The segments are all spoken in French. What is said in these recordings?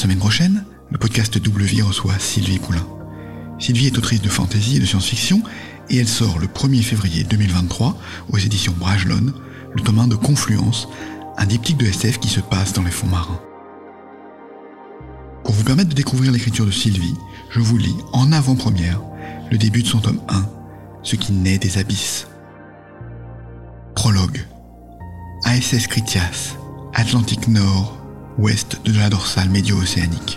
semaine prochaine, le podcast Double Vie reçoit Sylvie Poulain. Sylvie est autrice de fantasy et de science-fiction et elle sort le 1er février 2023 aux éditions Bragelonne, le tome 1 de Confluence, un diptyque de SF qui se passe dans les fonds marins. Pour vous permettre de découvrir l'écriture de Sylvie, je vous lis en avant-première le début de son tome 1, Ce qui naît des abysses. Prologue. ASS Critias, Atlantique Nord, ouest de la dorsale médio-océanique.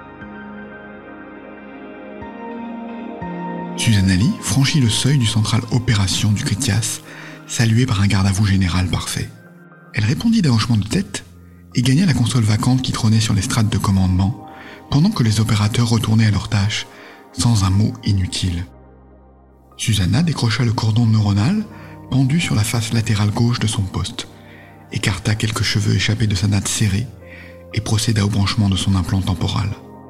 Susanna Lee franchit le seuil du central opération du Critias, saluée par un garde-à-vous général parfait. Elle répondit d'un hochement de tête et gagna la console vacante qui trônait sur les strates de commandement, pendant que les opérateurs retournaient à leurs tâches, sans un mot inutile. Susanna décrocha le cordon neuronal pendu sur la face latérale gauche de son poste, écarta quelques cheveux échappés de sa natte serrée et procéda au branchement de son implant temporal.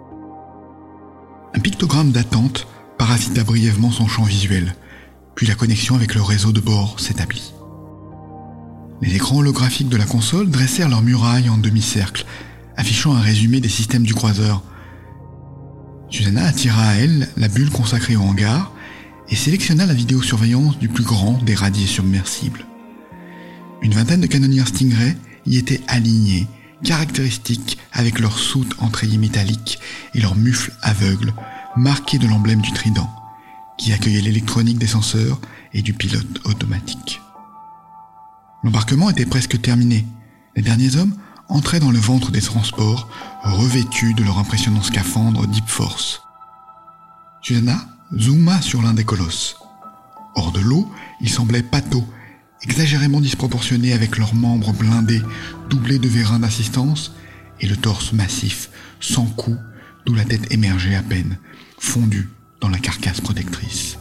Un pictogramme d'attente parasita brièvement son champ visuel, puis la connexion avec le réseau de bord s'établit. Les écrans holographiques de la console dressèrent leurs murailles en demi-cercle, affichant un résumé des systèmes du croiseur. Susanna attira à elle la bulle consacrée au hangar et sélectionna la vidéosurveillance du plus grand des radiers submersibles. Une vingtaine de canonnières Stingray y étaient alignées, caractéristiques avec leurs soutes en treillis métalliques et leurs mufles aveugles, marqués de l'emblème du trident, qui accueillait l'électronique des senseurs et du pilote automatique. L'embarquement était presque terminé. Les derniers hommes entraient dans le ventre des transports, revêtus de leur impressionnant scaphandre Deep Force. Susanna zooma sur l'un des colosses. Hors de l'eau, ils semblaient pâteaux, exagérément disproportionnés avec leurs membres blindés, doublés de vérins d'assistance, et le torse massif, sans cou, d'où la tête émergeait à peine, fondue dans la carcasse protectrice.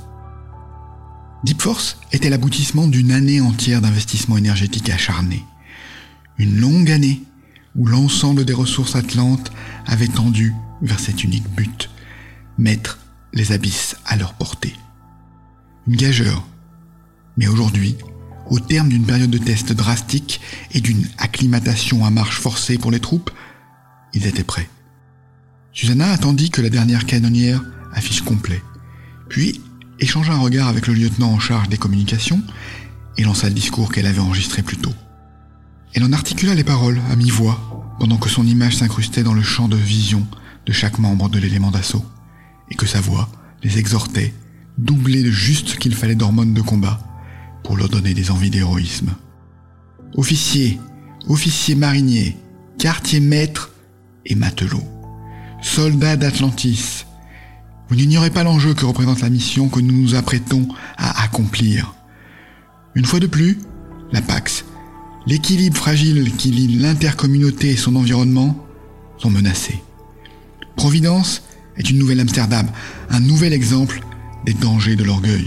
Deep Force était l'aboutissement d'une année entière d'investissement énergétique acharné. Une longue année où l'ensemble des ressources atlantes avait tendu vers cet unique but, mettre les abysses à leur portée. Une gageure. Mais aujourd'hui, au terme d'une période de test drastique et d'une acclimatation à marche forcée pour les troupes, ils étaient prêts. Susanna attendit que la dernière canonnière affiche complet, puis échangea un regard avec le lieutenant en charge des communications et lança le discours qu'elle avait enregistré plus tôt. Elle en articula les paroles à mi-voix, pendant que son image s'incrustait dans le champ de vision de chaque membre de l'élément d'assaut, et que sa voix les exhortait, doublée de juste ce qu'il fallait d'hormones de combat, pour leur donner des envies d'héroïsme. Officiers, officiers mariniers, quartiers maîtres et matelots, soldats d'Atlantis, vous n'ignorez pas l'enjeu que représente la mission que nous nous apprêtons à accomplir. Une fois de plus, la Pax, l'équilibre fragile qui lie l'intercommunauté et son environnement, sont menacés. Providence est une nouvelle Amsterdam, un nouvel exemple des dangers de l'orgueil.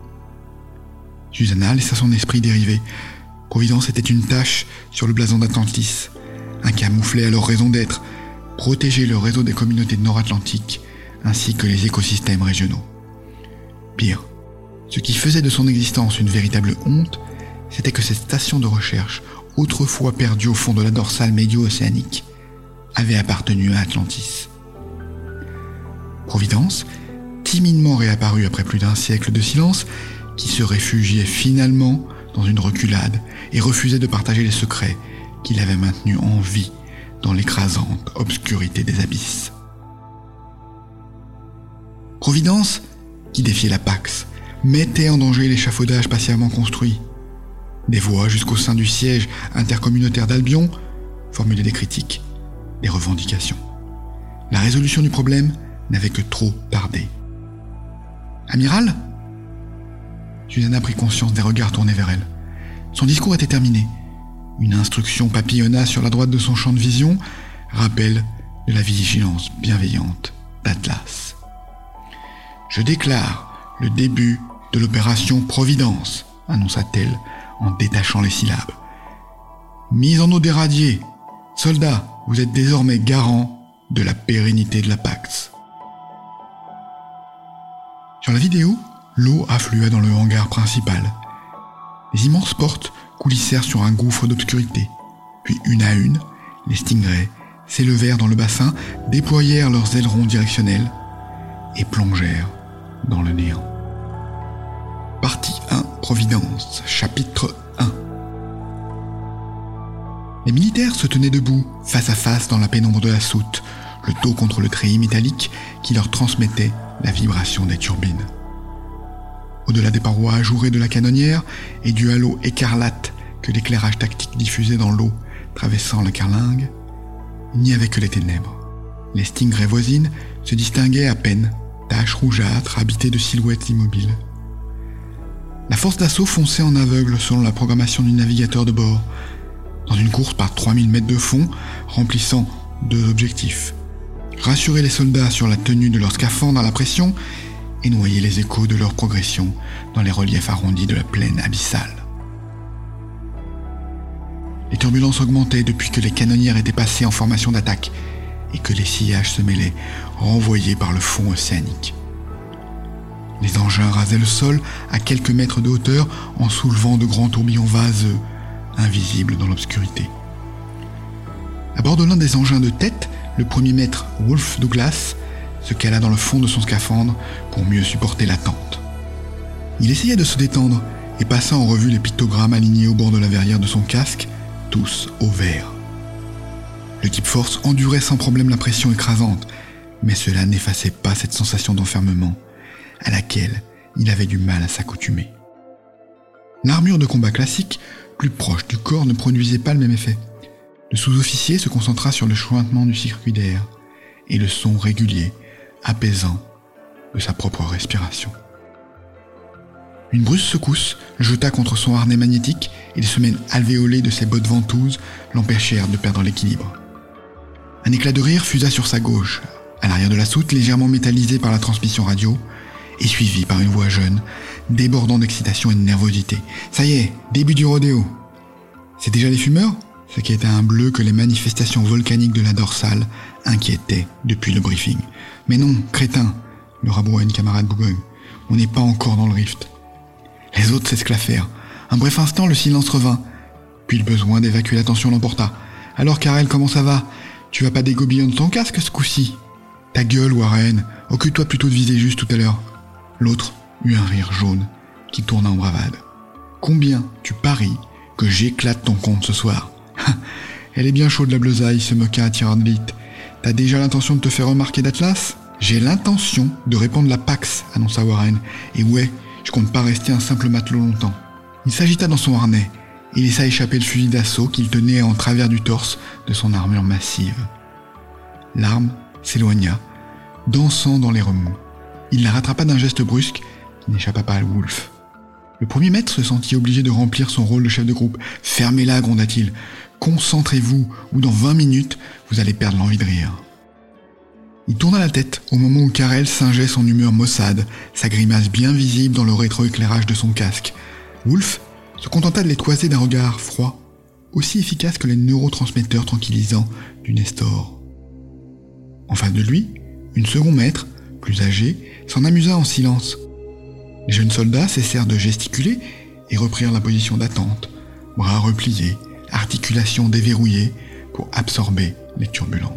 Susanna laissa son esprit dériver. Providence était une tache sur le blason d'Atlantis, un camouflet à leur raison d'être, protéger le réseau des communautés nord-atlantiques ainsi que les écosystèmes régionaux. Pire, ce qui faisait de son existence une véritable honte, c'était que cette station de recherche, autrefois perdue au fond de la dorsale médio-océanique, avait appartenu à Atlantis. Providence, timidement réapparue après plus d'un siècle de silence, qui se réfugiait finalement dans une reculade et refusait de partager les secrets qu'il avait maintenus en vie dans l'écrasante obscurité des abysses. Providence, qui défiait la Pax, mettait en danger l'échafaudage patiemment construit. Des voix jusqu'au sein du siège intercommunautaire d'Albion formulaient des critiques, des revendications. La résolution du problème n'avait que trop tardé. « Amiral ?» Susanna prit conscience des regards tournés vers elle. Son discours était terminé. Une instruction papillonna sur la droite de son champ de vision, rappel de la vigilance bienveillante d'Atlas. « Je déclare le début de l'opération Providence », annonça-t-elle en détachant les syllabes. « Mise en eau des radiers. Soldats, vous êtes désormais garants de la pérennité de la Pax. » Sur la vidéo, l'eau afflua dans le hangar principal. Les immenses portes coulissèrent sur un gouffre d'obscurité, puis une à une, les Stingrays s'élevèrent dans le bassin, déployèrent leurs ailerons directionnels et plongèrent dans le néant. Partie 1, Providence, chapitre 1. Les militaires se tenaient debout, face à face dans la pénombre de la soute, le dos contre le treillis métallique qui leur transmettait la vibration des turbines. Au-delà des parois ajourées de la canonnière et du halo écarlate que l'éclairage tactique diffusait dans l'eau traversant la carlingue, il n'y avait que les ténèbres. Les stingrays voisines se distinguaient à peine, taches rougeâtres habitées de silhouettes immobiles. La force d'assaut fonçait en aveugle selon la programmation du navigateur de bord, dans une course par 3000 mètres de fond, remplissant 2 objectifs. Rassurer les soldats sur la tenue de leur scaphandre à la pression et noyer les échos de leur progression dans les reliefs arrondis de la plaine abyssale. Les turbulences augmentaient depuis que les canonnières étaient passées en formation d'attaque et que les sillages se mêlaient, renvoyés par le fond océanique. Les engins rasaient le sol à quelques mètres de hauteur en soulevant de grands tourbillons vaseux, invisibles dans l'obscurité. À bord de l'un des engins de tête, le premier maître Wolfe Douglas se cala dans le fond de son scaphandre pour mieux supporter l'attente. Il essaya de se détendre et passa en revue les pictogrammes alignés au bord de la verrière de son casque, tous au vert. Le type Force endurait sans problème la pression écrasante, mais cela n'effaçait pas cette sensation d'enfermement à laquelle il avait du mal à s'accoutumer. L'armure de combat classique, plus proche du corps, ne produisait pas le même effet. Le sous-officier se concentra sur le chuintement du circuit d'air et le son régulier, apaisant de sa propre respiration. Une brusque secousse le jeta contre son harnais magnétique et les semelles alvéolées de ses bottes ventouses l'empêchèrent de perdre l'équilibre. Un éclat de rire fusa sur sa gauche, à l'arrière de la soute légèrement métallisée par la transmission radio, et suivi par une voix jeune, débordant d'excitation et de nervosité. « Ça y est, début du rodéo !» C'est déjà les fumeurs ? Ce qui était un bleu que les manifestations volcaniques de la dorsale inquiétaient depuis le briefing. « Mais non, crétin !» le raboua une camarade Bougogne. « On n'est pas encore dans le rift. » Les autres s'esclaffèrent. Un bref instant, le silence revint. Puis le besoin d'évacuer la tension l'emporta. « Alors, Karel, comment ça va ? Tu vas pas dégobiller de ton casque ce coup-ci ? » « Ta gueule, Warren. Occupe-toi plutôt de viser juste tout à l'heure. » L'autre eut un rire jaune qui tourna en bravade. « Combien tu paries que j'éclate ton compte ce soir ? » « Elle est bien chaude la bleusaille, se moqua Tirardlit. T'as déjà l'intention de te faire remarquer d'Atlas ? » « J'ai l'intention de répandre la Pax, annonça Warren. Et ouais, je compte pas rester un simple matelot longtemps. Il s'agita dans son harnais et laissa échapper le fusil d'assaut qu'il tenait en travers du torse de son armure massive. L'arme s'éloigna, dansant dans les remous. Il la rattrapa d'un geste brusque qui n'échappa pas à Wolfe. Le premier maître se sentit obligé de remplir son rôle de chef de groupe. « Fermez-la, gronda-t-il. Concentrez-vous, ou dans 20 minutes, vous allez perdre l'envie de rire. » Il tourna la tête au moment où Karel singeait son humeur maussade, sa grimace bien visible dans le rétroéclairage de son casque. Wolfe se contenta de les toiser d'un regard froid, aussi efficace que les neurotransmetteurs tranquillisants du Nestor. En face de lui, une seconde maître, plus âgée, s'en amusa en silence. Les jeunes soldats cessèrent de gesticuler et reprirent la position d'attente, bras repliés, articulations déverrouillées pour absorber les turbulences.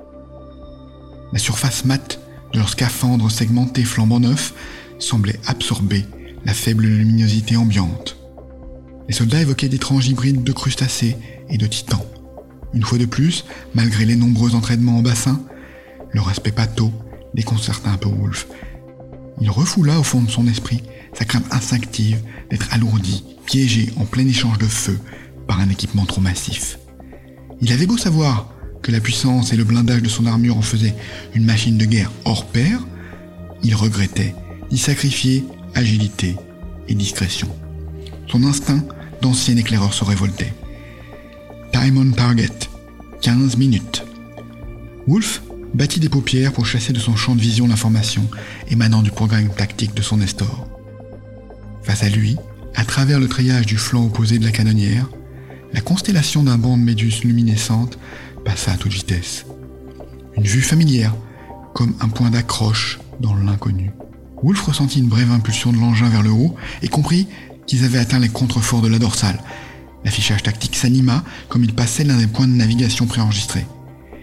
La surface mate de leur scaphandre segmenté flambant neuf semblait absorber la faible luminosité ambiante. Les soldats évoquaient d'étranges hybrides de crustacés et de titans. Une fois de plus, malgré les nombreux entraînements en bassin, leur aspect pâteau déconcerta un peu Wolfe. Il refoula au fond de son esprit sa crainte instinctive d'être alourdi, piégé en plein échange de feu par un équipement trop massif. Il avait beau savoir que la puissance et le blindage de son armure en faisaient une machine de guerre hors pair, il regrettait d'y sacrifier agilité et discrétion. Son instinct d'ancien éclaireur se révoltait. Time on target, 15 minutes. Wolfe battit des paupières pour chasser de son champ de vision l'information émanant du programme tactique de son Nestor. Face à lui, à travers le treillage du flanc opposé de la canonnière, la constellation d'un banc de méduses luminescentes passa à toute vitesse. Une vue familière, comme un point d'accroche dans l'inconnu. Wolfe ressentit une brève impulsion de l'engin vers le haut et comprit qu'ils avaient atteint les contreforts de la dorsale. L'affichage tactique s'anima comme il passait l'un des points de navigation préenregistrés.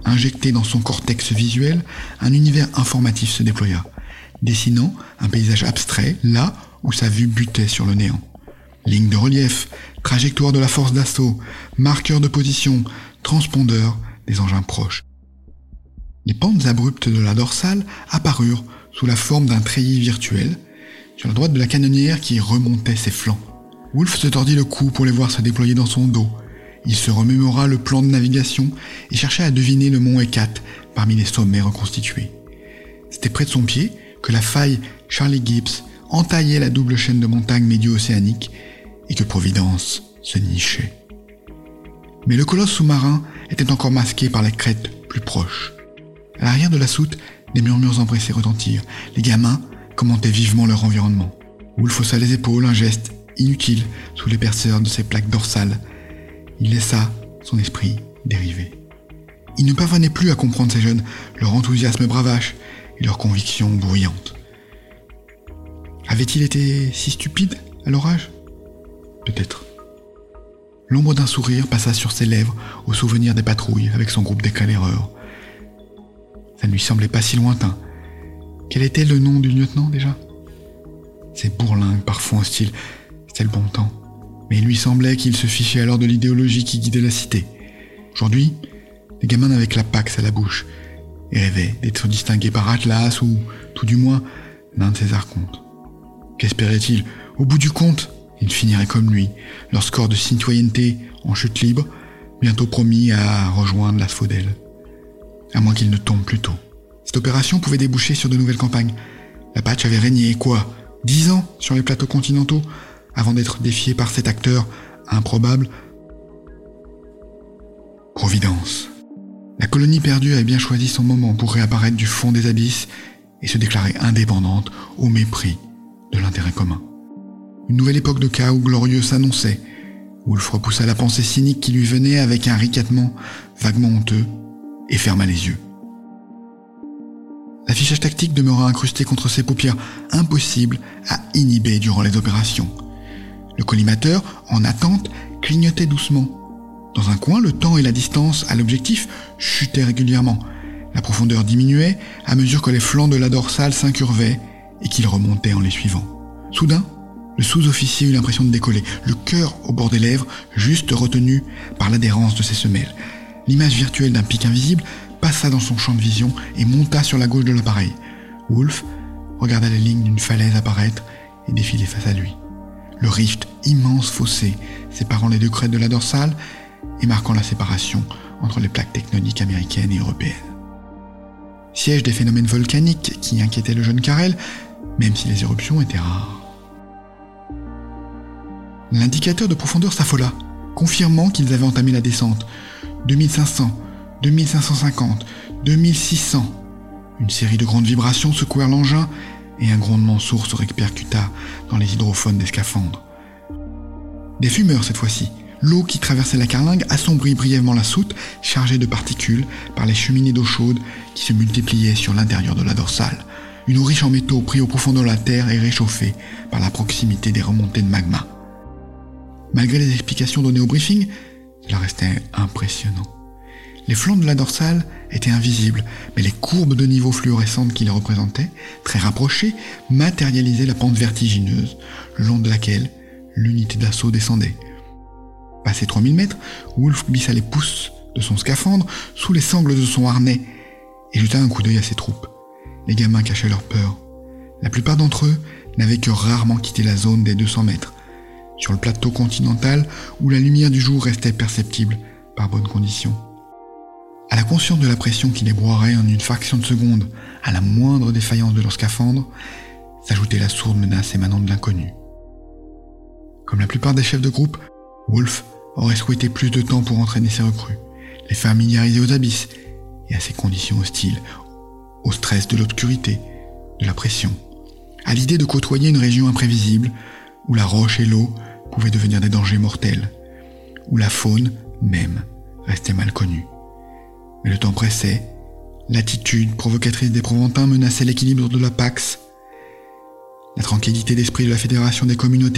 Injecté dans son cortex visuel, un univers informatif se déploya, dessinant un paysage abstrait là où sa vue butait sur le néant. Lignes de relief, trajectoire de la force d'assaut, marqueurs de position, transpondeurs des engins proches. Les pentes abruptes de la dorsale apparurent sous la forme d'un treillis virtuel sur la droite de la canonnière qui remontait ses flancs. Wolf se tordit le cou pour les voir se déployer dans son dos. Il se remémora le plan de navigation et chercha à deviner le mont Hecate parmi les sommets reconstitués. C'était près de son pied que la faille Charlie Gibbs entaillait la double chaîne de montagnes médio-océaniques et que Providence se nichait. Mais le colosse sous-marin était encore masqué par les crêtes plus proches. À l'arrière de la soute, des murmures empressés retentirent. Les gamins commentaient vivement leur environnement. Wolf haussa les épaules, un geste inutile sous l'épaisseur de ses plaques dorsales. Il laissa son esprit dériver. Il ne parvenait plus à comprendre ces jeunes, leur enthousiasme bravache et leurs convictions bruyantes. Avait-il été si stupide à leur âge ? Peut-être. L'ombre d'un sourire passa sur ses lèvres au souvenir des patrouilles avec son groupe d'éclaireurs. Ça ne lui semblait pas si lointain. Quel était le nom du lieutenant déjà ? Ces bourlingues parfois hostiles, c'était le bon temps. Mais il lui semblait qu'il se fichait alors de l'idéologie qui guidait la cité. Aujourd'hui, les gamins n'avaient que la Pax à la bouche et rêvaient d'être distingués par Atlas ou, tout du moins, l'un de ses archontes. Qu'espérait-il ? Au bout du compte, il finirait comme lui, leur score de citoyenneté en chute libre, bientôt promis à rejoindre l'asphodèle. À moins qu'il ne tombe plus tôt. Cette opération pouvait déboucher sur de nouvelles campagnes. L'Apache avait régné, 10 ans sur les plateaux continentaux, avant d'être défié par cet acteur improbable. Providence. La colonie perdue avait bien choisi son moment pour réapparaître du fond des abysses et se déclarer indépendante au mépris de l'intérêt commun. Une nouvelle époque de chaos glorieux s'annonçait. Wolf repoussa la pensée cynique qui lui venait avec un ricanement vaguement honteux et ferma les yeux. L'affichage tactique demeura incrusté contre ses paupières, impossible à inhiber durant les opérations. Le collimateur, en attente, clignotait doucement. Dans un coin, le temps et la distance à l'objectif chutaient régulièrement. La profondeur diminuait à mesure que les flancs de la dorsale s'incurvaient et qu'il remontait en les suivant. Soudain, le sous-officier eut l'impression de décoller, le cœur au bord des lèvres, juste retenu par l'adhérence de ses semelles. L'image virtuelle d'un pic invisible passa dans son champ de vision et monta sur la gauche de l'appareil. Wolf regarda les lignes d'une falaise apparaître et défiler face à lui. Le rift, immense fossé, séparant les deux crêtes de la dorsale et marquant la séparation entre les plaques tectoniques américaines et européennes. Siège des phénomènes volcaniques qui inquiétaient le jeune Carrel, même si les éruptions étaient rares. L'indicateur de profondeur s'affola, confirmant qu'ils avaient entamé la descente. 2500, 2550, 2600. Une série de grandes vibrations secouèrent l'engin et un grondement sourd se répercuta dans les hydrophones des scaphandres. Des fumeurs cette fois-ci. L'eau qui traversait la carlingue assombrit brièvement la soute, chargée de particules par les cheminées d'eau chaude qui se multipliaient sur l'intérieur de la dorsale. Une eau riche en métaux pris au profond de la terre et réchauffée par la proximité des remontées de magma. Malgré les explications données au briefing, cela restait impressionnant. Les flancs de la dorsale étaient invisibles, mais les courbes de niveau fluorescentes qui les représentaient, très rapprochées, matérialisaient la pente vertigineuse, le long de laquelle l'unité d'assaut descendait. Passé 3000 mètres, Wolf glissa les pouces de son scaphandre sous les sangles de son harnais et jeta un coup d'œil à ses troupes. Les gamins cachaient leur peur. La plupart d'entre eux n'avaient que rarement quitté la zone des 200 mètres, sur le plateau continental où la lumière du jour restait perceptible par bonnes conditions. À la conscience de la pression qui les broierait en une fraction de seconde à la moindre défaillance de leur scaphandre, s'ajoutait la sourde menace émanant de l'inconnu. Comme la plupart des chefs de groupe, Wolf aurait souhaité plus de temps pour entraîner ses recrues, les familiariser aux abysses et à ces conditions hostiles, au stress de l'obscurité, de la pression, à l'idée de côtoyer une région imprévisible où la roche et l'eau pouvaient devenir des dangers mortels, où la faune même restait mal connue. Mais le temps pressait, l'attitude provocatrice des Proventins menaçait l'équilibre de la Pax. La tranquillité d'esprit de la Fédération des communautés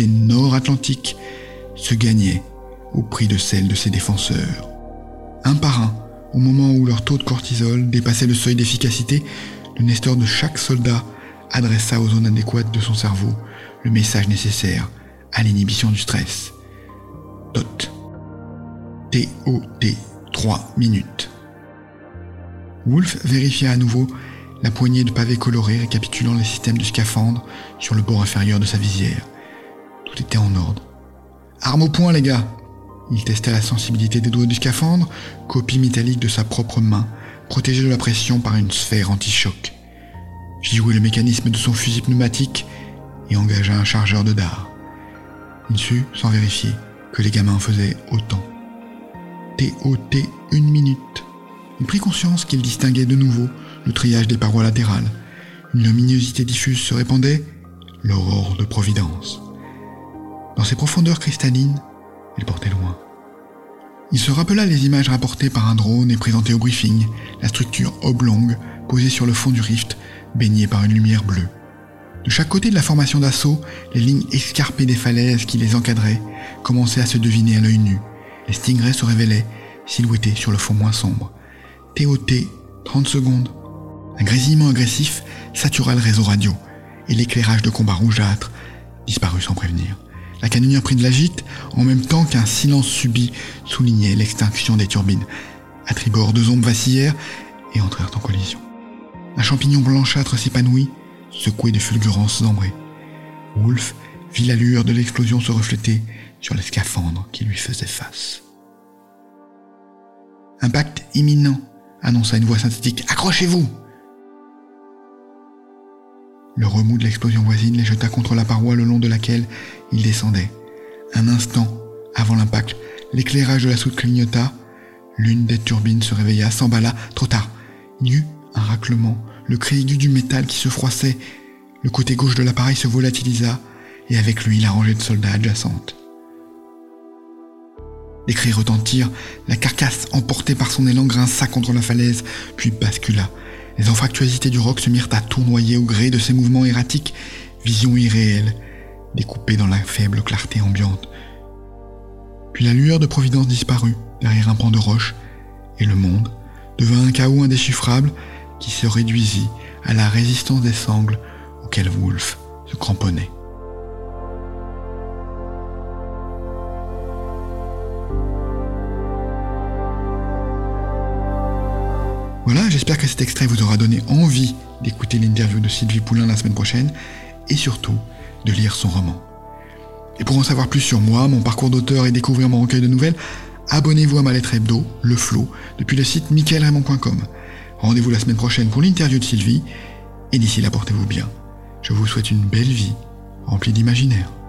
nord-atlantiques se gagnait au prix de celle de ses défenseurs. Un par un, Au moment où leur taux de cortisol dépassait le seuil d'efficacité, le Nestor de chaque soldat adressa aux zones adéquates de son cerveau le message nécessaire à l'inhibition du stress. TOT. T-O-T, 3 minutes. Wolf vérifia à nouveau la poignée de pavés colorés récapitulant les systèmes du scaphandre sur le bord inférieur de sa visière. Tout était en ordre. Arme au poing, les gars! Il testa la sensibilité des doigts du scaphandre, copie métallique de sa propre main, protégée de la pression par une sphère anti-choc. Jouait le mécanisme de son fusil pneumatique et engagea un chargeur de dard. Il sut, sans vérifier, que les gamins faisaient autant. T.O.T. 1 minute. Il prit conscience qu'il distinguait de nouveau le triage des parois latérales. Une luminosité diffuse se répandait, l'aurore de Providence. Dans ses profondeurs cristallines, il portait loin. Il se rappela les images rapportées par un drone et présentées au briefing, la structure oblongue posée sur le fond du rift, baignée par une lumière bleue. De chaque côté de la formation d'assaut, les lignes escarpées des falaises qui les encadraient commençaient à se deviner à l'œil nu. Les stingrays se révélaient, silhouettés sur le fond moins sombre. T.O.T. 30 secondes. Un grésillement agressif satura le réseau radio, et l'éclairage de combat rougeâtre disparut sans prévenir. La canonnière prit de la gîte, en même temps qu'un silence subit soulignait l'extinction des turbines. À tribord, 2 ombres vacillèrent et entrèrent en collision. Un champignon blanchâtre s'épanouit, secoué de fulgurances ambrées. Wolf vit la lueur de l'explosion se refléter sur les scaphandres qui lui faisaient face. « Impact imminent !» annonça une voix synthétique. « Accrochez-vous !» Le remous de l'explosion voisine les jeta contre la paroi le long de laquelle ils descendaient. Un instant avant l'impact, l'éclairage de la soute clignota. L'une des turbines se réveilla, s'emballa. Trop tard. Il y eut un raclement, le cri aigu du métal qui se froissait. Le côté gauche de l'appareil se volatilisa, et avec lui la rangée de soldats adjacente. Des cris retentirent, la carcasse emportée par son élan grinça contre la falaise, puis bascula. Les anfractuosités du roc se mirent à tournoyer au gré de ses mouvements erratiques, vision irréelle, découpée dans la faible clarté ambiante. Puis la lueur de Providence disparut derrière un pan de roche, et le monde devint un chaos indéchiffrable qui se réduisit à la résistance des sangles auxquelles Wolf se cramponnait. Voilà, j'espère que cet extrait vous aura donné envie d'écouter l'interview de Sylvie Poulain la semaine prochaine et surtout de lire son roman. Et pour en savoir plus sur moi, mon parcours d'auteur et découvrir mon recueil de nouvelles, abonnez-vous à ma lettre hebdo, Le Flow, depuis le site mickaelraymond.com. Rendez-vous la semaine prochaine pour l'interview de Sylvie et d'ici là, portez-vous bien. Je vous souhaite une belle vie, remplie d'imaginaire.